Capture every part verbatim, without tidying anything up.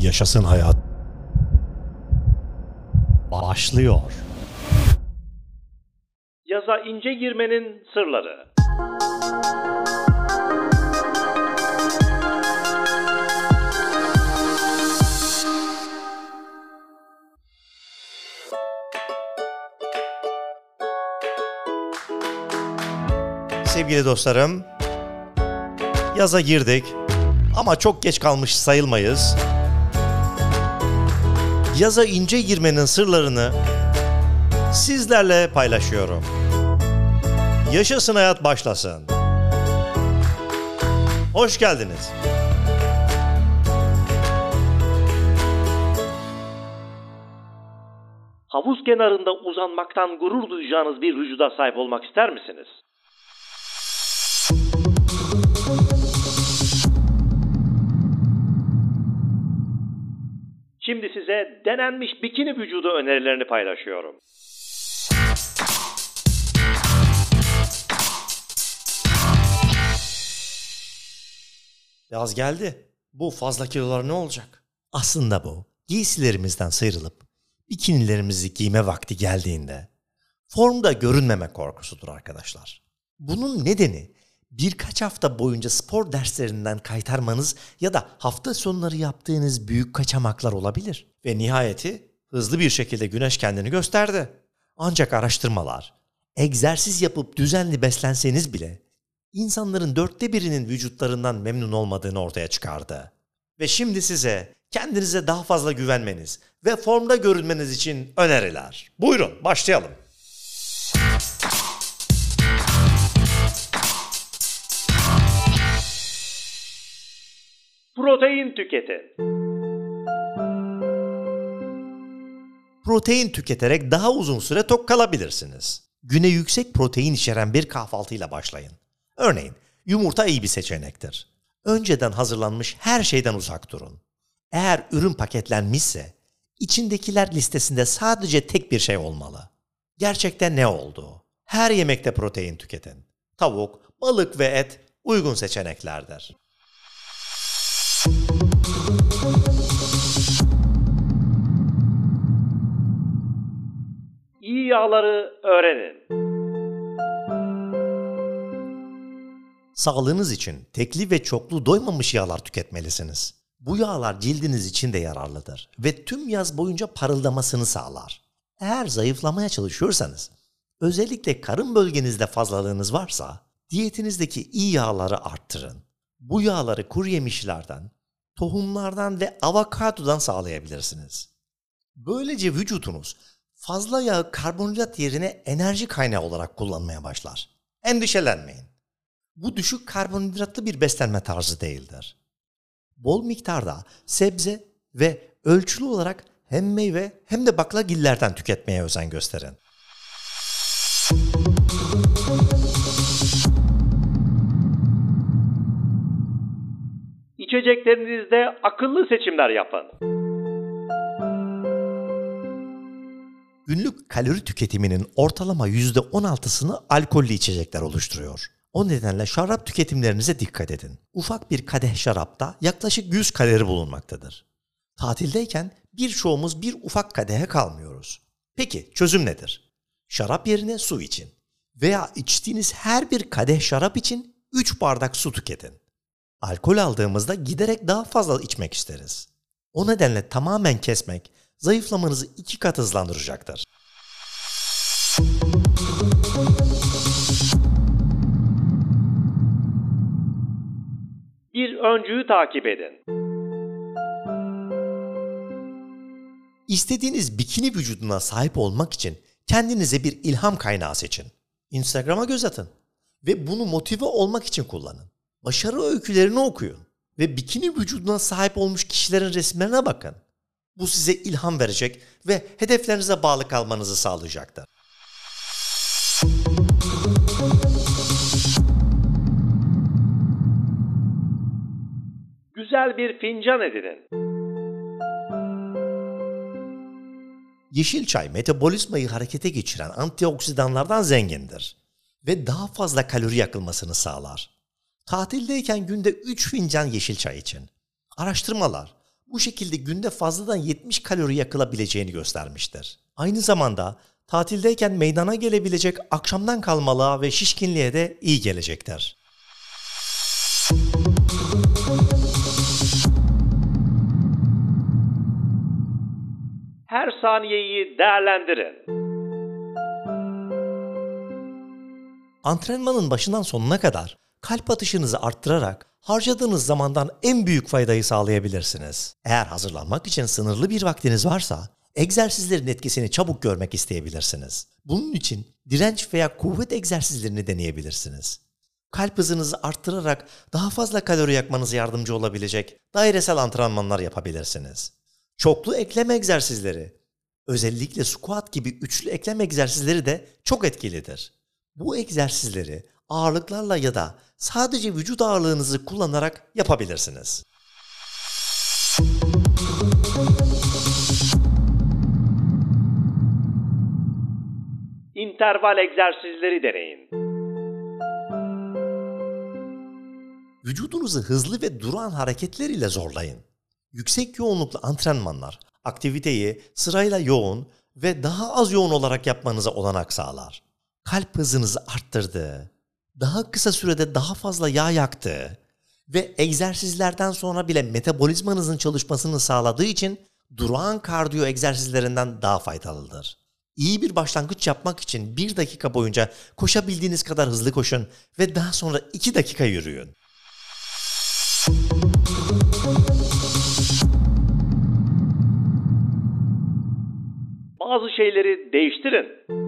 Yaşasın hayat. Başlıyor. Yaza ince girmenin sırları. Sevgili dostlarım, yaza girdik ama çok geç kalmış sayılmayız. Yaza ince girmenin sırlarını sizlerle paylaşıyorum. Yaşasın hayat başlasın. Hoş geldiniz. Havuz kenarında uzanmaktan gurur duyacağınız bir vücuda sahip olmak ister misiniz? Şimdi size denenmiş bikini vücudu önerilerini paylaşıyorum. Yaz geldi. Bu fazla kilolar ne olacak? Aslında bu, giysilerimizden sıyrılıp bikinilerimizi giyme vakti geldiğinde formda görünmeme korkusudur arkadaşlar. Bunun nedeni birkaç hafta boyunca spor derslerinden kaytarmanız ya da hafta sonları yaptığınız büyük kaçamaklar olabilir. Ve nihayeti hızlı bir şekilde güneş kendini gösterdi. Ancak araştırmalar, egzersiz yapıp düzenli beslenseniz bile insanların dörtte birinin vücutlarından memnun olmadığını ortaya çıkardı. Ve şimdi size kendinize daha fazla güvenmeniz ve formda görünmeniz için öneriler. Buyurun başlayalım. Protein tüketin. Protein tüketerek daha uzun süre tok kalabilirsiniz. Güne yüksek protein içeren bir kahvaltıyla başlayın. Örneğin yumurta iyi bir seçenektir. Önceden hazırlanmış her şeyden uzak durun. Eğer ürün paketlenmişse içindekiler listesinde sadece tek bir şey olmalı. Gerçekten ne olduğu. Her yemekte protein tüketin. Tavuk, balık ve et uygun seçeneklerdir. İyi yağları öğrenin. Sağlığınız için tekli ve çoklu doymamış yağlar tüketmelisiniz. Bu yağlar cildiniz için de yararlıdır ve tüm yaz boyunca parıldamasını sağlar. Eğer zayıflamaya çalışıyorsanız, özellikle karın bölgenizde fazlalığınız varsa, diyetinizdeki iyi yağları arttırın. Bu yağları kuru yemişlerden, tohumlardan ve avokadodan sağlayabilirsiniz. Böylece vücutunuz fazla yağı karbonhidrat yerine enerji kaynağı olarak kullanmaya başlar. Endişelenmeyin. Bu düşük karbonhidratlı bir beslenme tarzı değildir. Bol miktarda sebze ve ölçülü olarak hem meyve hem de baklagillerden tüketmeye özen gösterin. İçeceklerinizde akıllı seçimler yapın. Günlük kalori tüketiminin ortalama yüzde on altısını alkollü içecekler oluşturuyor. O nedenle şarap tüketimlerinize dikkat edin. Ufak bir kadeh şarapta yaklaşık yüz kalori bulunmaktadır. Tatildeyken birçoğumuz bir ufak kadehe kalmıyoruz. Peki çözüm nedir? Şarap yerine su için. Veya içtiğiniz her bir kadeh şarap için üç bardak su tüketin. Alkol aldığımızda giderek daha fazla içmek isteriz. O nedenle tamamen kesmek zayıflamanızı iki kat hızlandıracaktır. Bir öncüyü takip edin. İstediğiniz bikini vücuduna sahip olmak için kendinize bir ilham kaynağı seçin. Instagram'a göz atın ve bunu motive olmak için kullanın. Başarı öykülerini okuyun ve bikini vücuduna sahip olmuş kişilerin resimlerine bakın. Bu size ilham verecek ve hedeflerinize bağlı kalmanızı sağlayacaktır. Güzel bir fincan edinin. Yeşil çay metabolizmayı harekete geçiren antioksidanlardan zengindir ve daha fazla kalori yakılmasını sağlar. Tatildeyken günde üç fincan yeşil çay için. Araştırmalar bu şekilde günde fazladan yetmiş kalori yakılabileceğini göstermiştir. Aynı zamanda tatildeyken meydana gelebilecek akşamdan kalmalığa ve şişkinliğe de iyi gelecektir. Her saniyeyi değerlendirin. Antrenmanın başından sonuna kadar kalp atışınızı arttırarak harcadığınız zamandan en büyük faydayı sağlayabilirsiniz. Eğer hazırlanmak için sınırlı bir vaktiniz varsa, egzersizlerin etkisini çabuk görmek isteyebilirsiniz. Bunun için direnç veya kuvvet egzersizlerini deneyebilirsiniz. Kalp hızınızı arttırarak daha fazla kalori yakmanıza yardımcı olabilecek dairesel antrenmanlar yapabilirsiniz. Çoklu eklem egzersizleri, özellikle squat gibi üçlü eklem egzersizleri de çok etkilidir. Bu egzersizleri ağırlıklarla ya da sadece vücut ağırlığınızı kullanarak yapabilirsiniz. İnterval egzersizleri deneyin. Vücudunuzu hızlı ve durağan hareketler ile zorlayın. Yüksek yoğunluklu antrenmanlar, aktiviteyi sırayla yoğun ve daha az yoğun olarak yapmanıza olanak sağlar. Kalp hızınızı arttırdı, daha kısa sürede daha fazla yağ yaktı ve egzersizlerden sonra bile metabolizmanızın çalışmasını sağladığı için durağan kardiyo egzersizlerinden daha faydalıdır. İyi bir başlangıç yapmak için bir dakika boyunca koşabildiğiniz kadar hızlı koşun ve daha sonra iki dakika yürüyün. Bazı şeyleri değiştirin.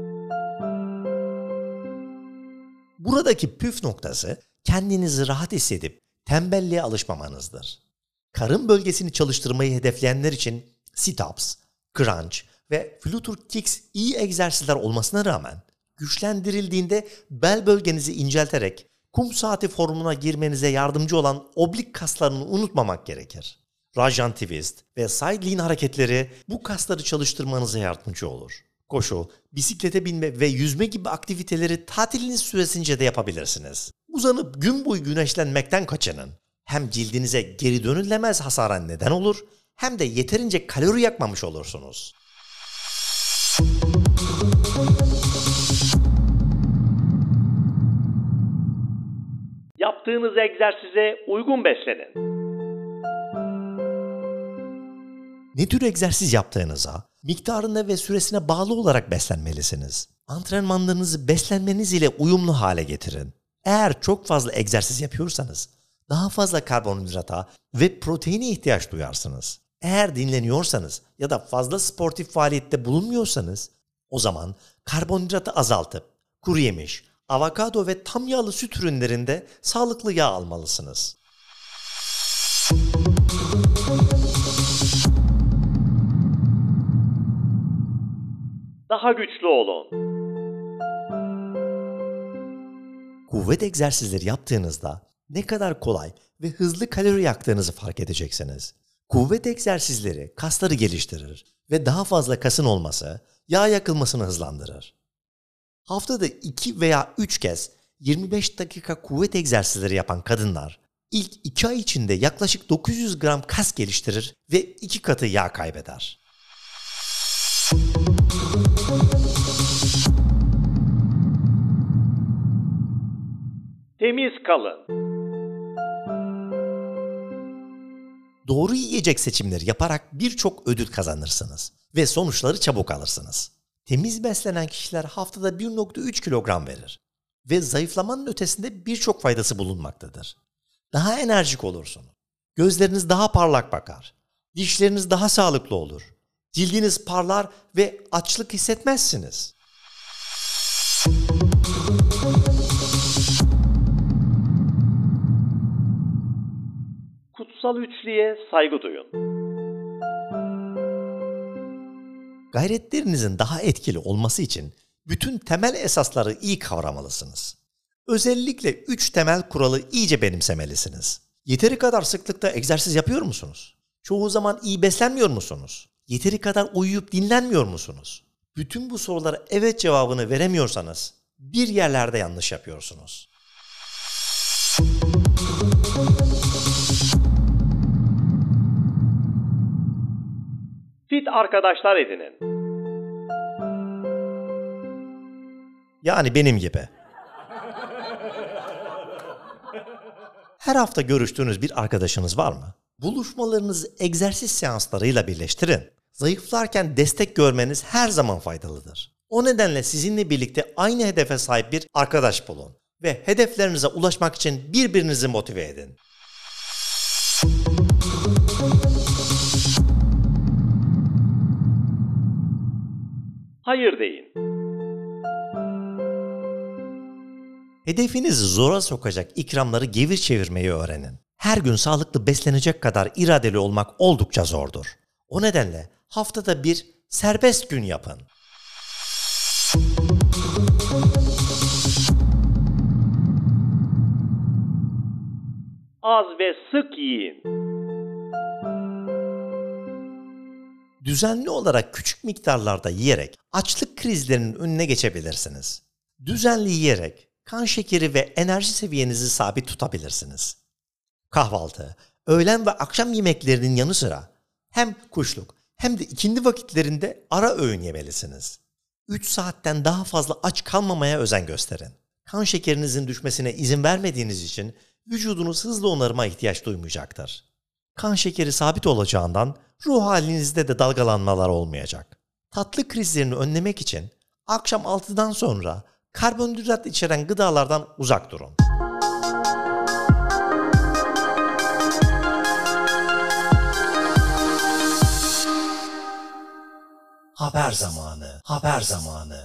Buradaki püf noktası kendinizi rahat hissedip tembelliğe alışmamanızdır. Karın bölgesini çalıştırmayı hedefleyenler için sit-ups, crunch ve flutter kicks iyi egzersizler olmasına rağmen güçlendirildiğinde bel bölgenizi incelterek kum saati formuna girmenize yardımcı olan oblik kaslarını unutmamak gerekir. Rajan twist ve side lean hareketleri bu kasları çalıştırmanıza yardımcı olur. Koşu, bisiklete binme ve yüzme gibi aktiviteleri tatiliniz süresince de yapabilirsiniz. Uzanıp gün boyu güneşlenmekten kaçının. Hem cildinize geri dönülemez hasara neden olur, hem de yeterince kalori yakmamış olursunuz. Yaptığınız egzersize uygun beslenin. Ne tür egzersiz yaptığınıza, miktarına ve süresine bağlı olarak beslenmelisiniz. Antrenmanlarınızı beslenmeniz ile uyumlu hale getirin. Eğer çok fazla egzersiz yapıyorsanız, daha fazla karbonhidrata ve proteine ihtiyaç duyarsınız. Eğer dinleniyorsanız ya da fazla sportif faaliyette bulunmuyorsanız, o zaman karbonhidratı azaltıp kuru yemiş, avokado ve tam yağlı süt ürünlerinde sağlıklı yağ almalısınız. Daha güçlü olun. Kuvvet egzersizleri yaptığınızda ne kadar kolay ve hızlı kalori yaktığınızı fark edeceksiniz. Kuvvet egzersizleri kasları geliştirir ve daha fazla kasın olması yağ yakılmasını hızlandırır. Haftada iki veya üç kez yirmi beş dakika kuvvet egzersizleri yapan kadınlar ilk iki ay içinde yaklaşık dokuz yüz gram kas geliştirir ve iki katı yağ kaybeder. Temiz kalın. Doğru yiyecek seçimleri yaparak birçok ödül kazanırsınız ve sonuçları çabuk alırsınız. Temiz beslenen kişiler haftada bir virgül üç kilogram verir ve zayıflamanın ötesinde birçok faydası bulunmaktadır. Daha enerjik olursunuz. Gözleriniz daha parlak bakar. Dişleriniz daha sağlıklı olur. Cildiniz parlar ve açlık hissetmezsiniz. Kutsal üçlüye saygı duyun. Gayretlerinizin daha etkili olması için bütün temel esasları iyi kavramalısınız. Özellikle üç temel kuralı iyice benimsemelisiniz. Yeteri kadar sıklıkta egzersiz yapıyor musunuz? Çoğu zaman iyi beslenmiyor musunuz? Yeteri kadar uyuyup dinlenmiyor musunuz? Bütün bu sorulara evet cevabını veremiyorsanız bir yerlerde yanlış yapıyorsunuz. Fit arkadaşlar edinin. Yani benim gibi. Her hafta görüştüğünüz bir arkadaşınız var mı? Buluşmalarınızı egzersiz seanslarıyla birleştirin. Zayıflarken destek görmeniz her zaman faydalıdır. O nedenle sizinle birlikte aynı hedefe sahip bir arkadaş bulun ve hedeflerinize ulaşmak için birbirinizi motive edin. Hayır deyin. Hedefinizi zora sokacak ikramları gevir çevirmeyi öğrenin. Her gün sağlıklı beslenecek kadar iradeli olmak oldukça zordur. O nedenle haftada bir serbest gün yapın. Az ve sık yiyin. Düzenli olarak küçük miktarlarda yiyerek açlık krizlerinin önüne geçebilirsiniz. Düzenli yiyerek kan şekeri ve enerji seviyenizi sabit tutabilirsiniz. Kahvaltı, öğlen ve akşam yemeklerinin yanı sıra hem kuşluk hem de ikindi vakitlerinde ara öğün yemelisiniz. üç saatten daha fazla aç kalmamaya özen gösterin. Kan şekerinizin düşmesine izin vermediğiniz için vücudunuz hızlı onarıma ihtiyaç duymayacaktır. Kan şekeri sabit olacağından ruh halinizde de dalgalanmalar olmayacak. Tatlı krizlerini önlemek için akşam altıdan sonra karbonhidrat içeren gıdalardan uzak durun. Haber zamanı, haber zamanı.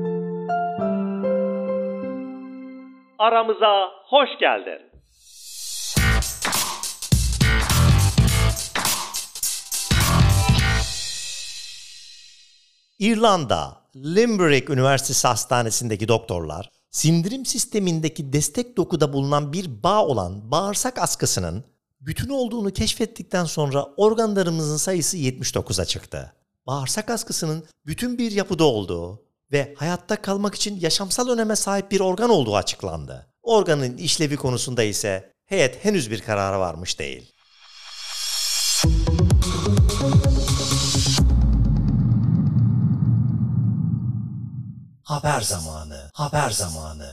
Aramıza hoş geldin. İrlanda, Limerick Üniversitesi Hastanesi'ndeki doktorlar, sindirim sistemindeki destek dokuda bulunan bir bağ olan bağırsak askısının bütün olduğunu keşfettikten sonra organlarımızın sayısı yetmiş dokuza çıktı. Bağırsak askısının bütün bir yapıda olduğu ve hayatta kalmak için yaşamsal öneme sahip bir organ olduğu açıklandı. Organın işlevi konusunda ise heyet henüz bir karara varmış değil. Haber zamanı, haber zamanı.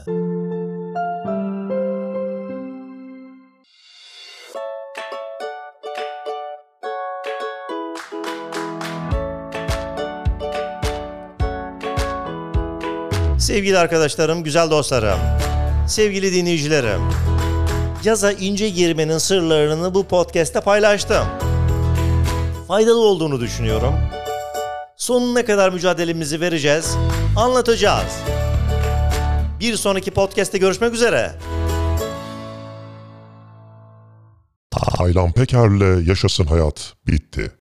Sevgili arkadaşlarım, güzel dostlarım, sevgili dinleyicilerim, yaza ince girmenin sırlarını bu podcast'te paylaştım. Faydalı olduğunu düşünüyorum. Sonuna kadar mücadelemizi vereceğiz, anlatacağız. Bir sonraki podcast'te görüşmek üzere. Taylan Peker'le Yaşasın Hayat bitti.